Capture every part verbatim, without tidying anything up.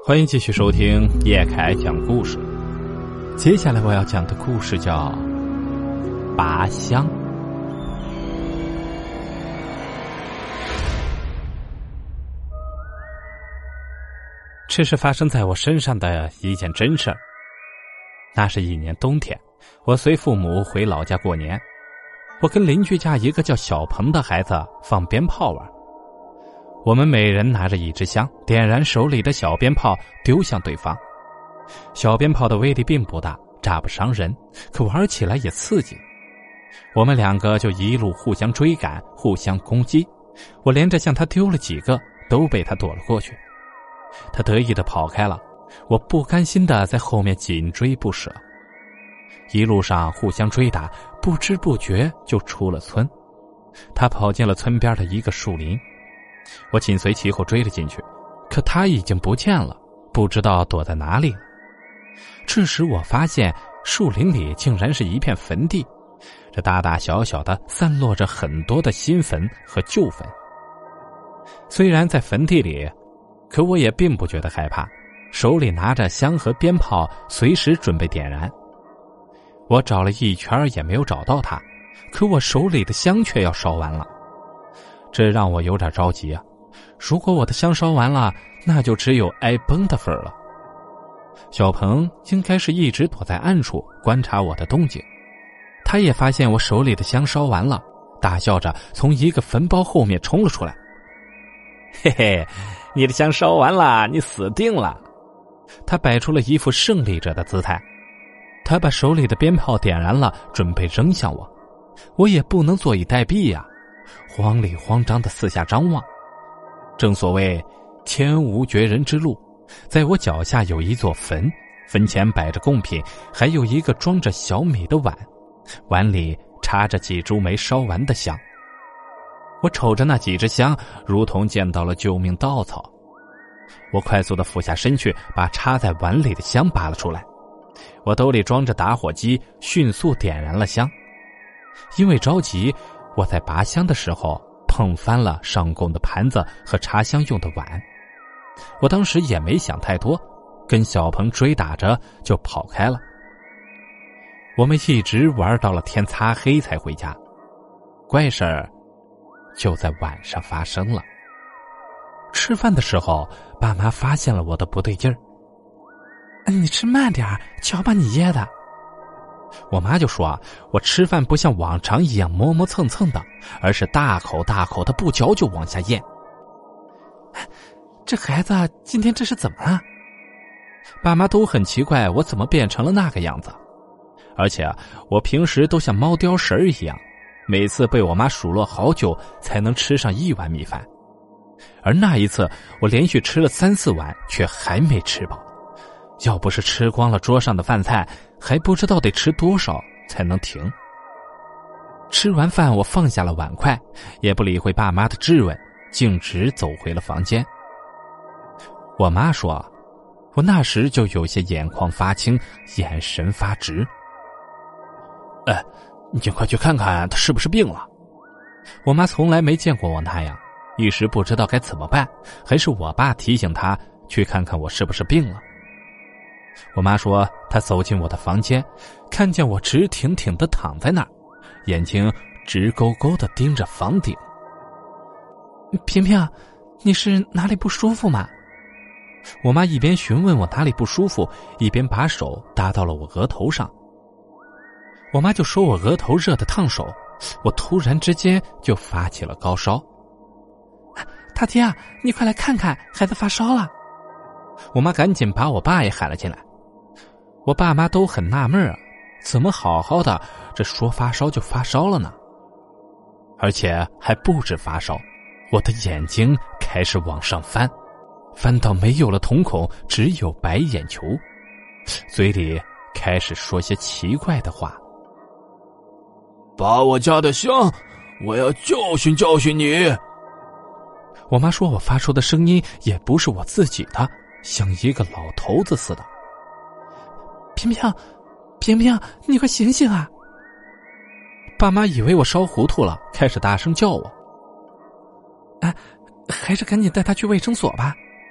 欢迎继续收听叶凯讲故事。接下来我要讲的故事叫拔香。这是发生在我身上的一件真事儿。那是一年冬天，我随父母回老家过年，我跟邻居家一个叫小鹏的孩子放鞭炮玩。我们每人拿着一支香，点燃手里的小鞭炮丢向对方。小鞭炮的威力并不大，炸不伤人，可玩起来也刺激。我们两个就一路互相追赶，互相攻击。我连着向他丢了几个，都被他躲了过去。他得意地跑开了，我不甘心地在后面紧追不舍。一路上互相追打，不知不觉就出了村。他跑进了村边的一个树林，我紧随其后追了进去，可他已经不见了，不知道躲在哪里了。这时我发现树林里竟然是一片坟地，这大大小小的散落着很多的新坟和旧坟。虽然在坟地里，可我也并不觉得害怕，手里拿着香和鞭炮，随时准备点燃。我找了一圈也没有找到他，可我手里的香却要烧完了，这让我有点着急啊！如果我的香烧完了，那就只有挨崩的份了。小鹏应该是一直躲在暗处观察我的动静，他也发现我手里的香烧完了，大笑着从一个坟包后面冲了出来。嘿嘿，你的香烧完了，你死定了！他摆出了一副胜利者的姿态。他把手里的鞭炮点燃了，准备扔向我。我也不能坐以待毙呀、啊，慌里慌张地四下张望。正所谓天无绝人之路，在我脚下有一座坟，坟前摆着贡品，还有一个装着小米的碗，碗里插着几株没烧完的香。我瞅着那几支香，如同见到了救命稻草。我快速地俯下身去，把插在碗里的香拔了出来。我兜里装着打火机，迅速点燃了香。因为着急，我在拔香的时候碰翻了上供的盘子和插香用的碗。我当时也没想太多，跟小鹏追打着就跑开了。我们一直玩到了天擦黑才回家。怪事儿就在晚上发生了。吃饭的时候，爸妈发现了我的不对劲儿。你吃慢点，瞧把你噎的。我妈就说我吃饭不像往常一样磨磨蹭蹭的，而是大口大口的不嚼就往下咽。这孩子今天这是怎么了？爸妈都很奇怪我怎么变成了那个样子。而且我平时都像猫叼食儿一样，每次被我妈数落好久才能吃上一碗米饭，而那一次我连续吃了三四碗却还没吃饱。要不是吃光了桌上的饭菜，还不知道得吃多少才能停。吃完饭，我放下了碗筷，也不理会爸妈的质问，径直走回了房间。我妈说，我那时就有些眼眶发青，眼神发直。哎，你尽快去看看他是不是病了。我妈从来没见过我那样，一时不知道该怎么办，还是我爸提醒她去看看我是不是病了。我妈说她走进我的房间，看见我直挺挺地躺在那儿，眼睛直勾勾地盯着房顶。萍萍，你是哪里不舒服吗？我妈一边询问我哪里不舒服，一边把手搭到了我额头上。我妈就说我额头热得烫手，我突然之间就发起了高烧。大姐啊，你快来看看，孩子发烧了。我妈赶紧把我爸也喊了进来。我爸妈都很纳闷啊，怎么好好的这说发烧就发烧了呢？而且还不止发烧，我的眼睛开始往上翻，翻到没有了瞳孔，只有白眼球，嘴里开始说些奇怪的话。 拔我家的香，我要教训教训你。 我妈说我发出的声音也不是我自己的，像一个老头子似的。萍萍，萍萍，你快醒醒啊！爸妈以为我烧糊涂了，开始大声叫我。哎，还是赶紧带他去卫生所吧。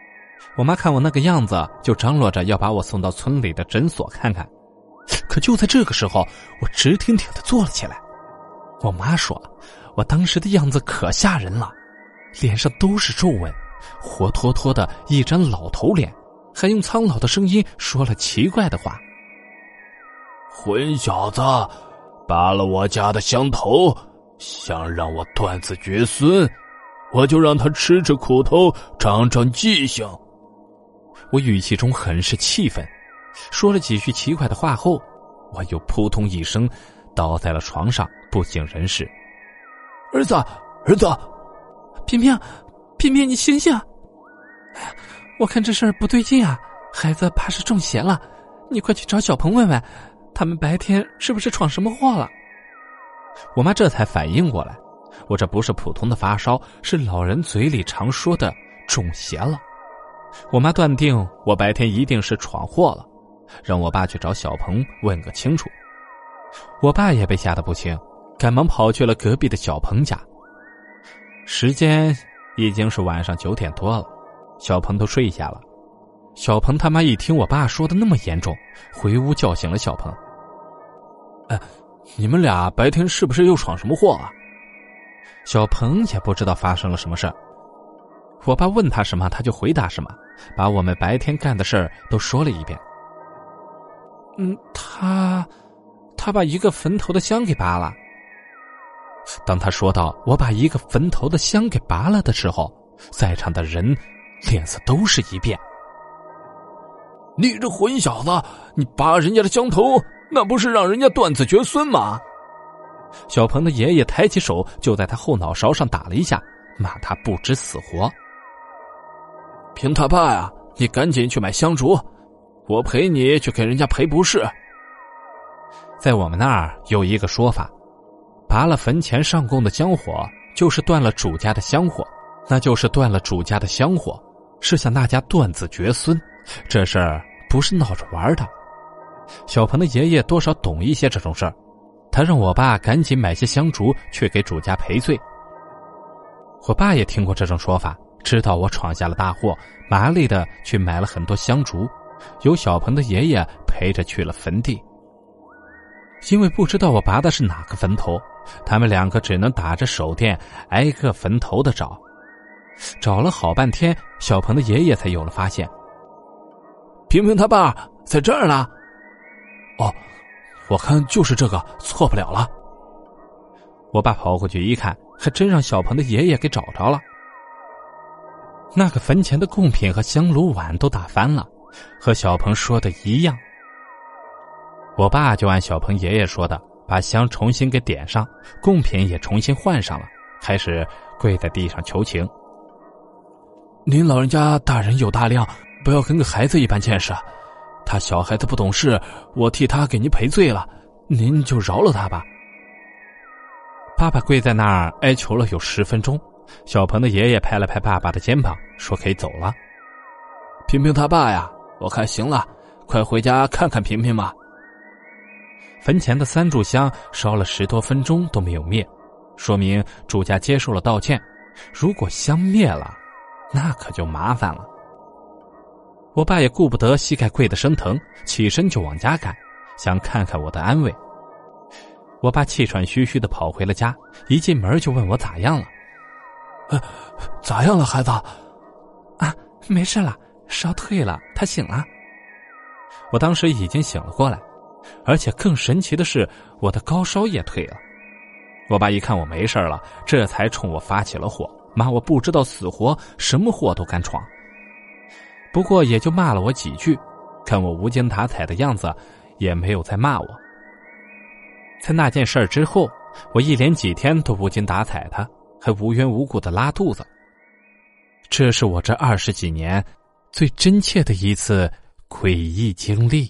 我妈看我那个样子，就张罗着要把我送到村里的诊所看看。可就在这个时候，我直挺挺地坐了起来。我妈说我当时的样子可吓人了，脸上都是皱纹，活脱脱的一张老头脸，还用苍老的声音说了奇怪的话： 混小子，拔了我家的香头，想让我断子绝孙，我就让他吃吃苦头，长长记性。 我语气中很是气愤，说了几句奇怪的话后，我又扑通一声倒在了床上，不省人事。 儿子，儿子， 平平，平平，你醒醒！我看这事儿不对劲啊，孩子怕是中邪了，你快去找小鹏问问，他们白天是不是闯什么祸了？我妈这才反应过来，我这不是普通的发烧，是老人嘴里常说的中邪了。我妈断定我白天一定是闯祸了，让我爸去找小鹏问个清楚。我爸也被吓得不轻，赶忙跑去了隔壁的小鹏家。时间已经是晚上九点多了，小鹏都睡下了。小鹏他妈一听我爸说的那么严重，回屋叫醒了小鹏。哎，你们俩白天是不是又闯什么祸啊？小鹏也不知道发生了什么事儿。我爸问他什么他就回答什么，把我们白天干的事儿都说了一遍。嗯，他他把一个坟头的香给拔了。当他说到我把一个坟头的香给拔了的时候，在场的人脸色都是一变。 你这混小子，你拔人家的香头，那不是让人家断子绝孙吗？ 小鹏的爷爷抬起手就在他后脑勺上打了一下，骂他不知死活。 平他爸呀，你赶紧去买香烛，我陪你去给人家赔不是。 在我们那儿有一个说法，拔了坟前上供的香火，就是断了主家的香火，那就是断了主家的香火，是想大家断子绝孙，这事儿不是闹着玩的。小鹏的爷爷多少懂一些这种事儿，他让我爸赶紧买些香烛去给主家赔罪。我爸也听过这种说法，知道我闯下了大祸，麻利的去买了很多香烛，由小鹏的爷爷陪着去了坟地。因为不知道我拔的是哪个坟头，他们两个只能打着手电挨个坟头的找，找了好半天，小鹏的爷爷才有了发现。 平平他爸在这儿呢。哦，我看就是这个，错不了了。 我爸跑过去一看，还真让小鹏的爷爷给找着了。那个坟前的贡品和香炉碗都打翻了，和小鹏说的一样。我爸就按小鹏爷爷说的，把香重新给点上，贡品也重新换上了，开始跪在地上求情。 您老人家大人有大量，不要跟个孩子一般见识，他小孩子不懂事，我替他给您赔罪了，您就饶了他吧。 爸爸跪在那儿哀求了有十分钟，小鹏的爷爷拍了拍爸爸的肩膀，说可以走了。 平平他爸呀，我看行了，快回家看看平平吧。 坟前的三炷香烧了十多分钟都没有灭，说明主家接受了道歉。如果香灭了，那可就麻烦了。我爸也顾不得膝盖跪得生疼，起身就往家赶，想看看我的安危。我爸气喘吁吁地跑回了家，一进门就问我咋样了。 呃，咋样了孩子？ 啊，没事了，烧退了，他醒了。我当时已经醒了过来，而且更神奇的是，我的高烧也退了。我爸一看我没事了，这才冲我发起了火，骂我不知道死活，什么祸都敢闯。不过也就骂了我几句，看我无精打采的样子，也没有再骂我。在那件事之后，我一连几天都无精打采的，还无缘无故的拉肚子。这是我这二十几年最真切的一次诡异经历。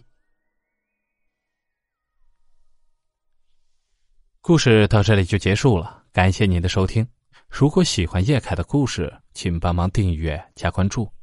故事到这里就结束了，感谢您的收听。如果喜欢叶凯的故事，请帮忙订阅加关注。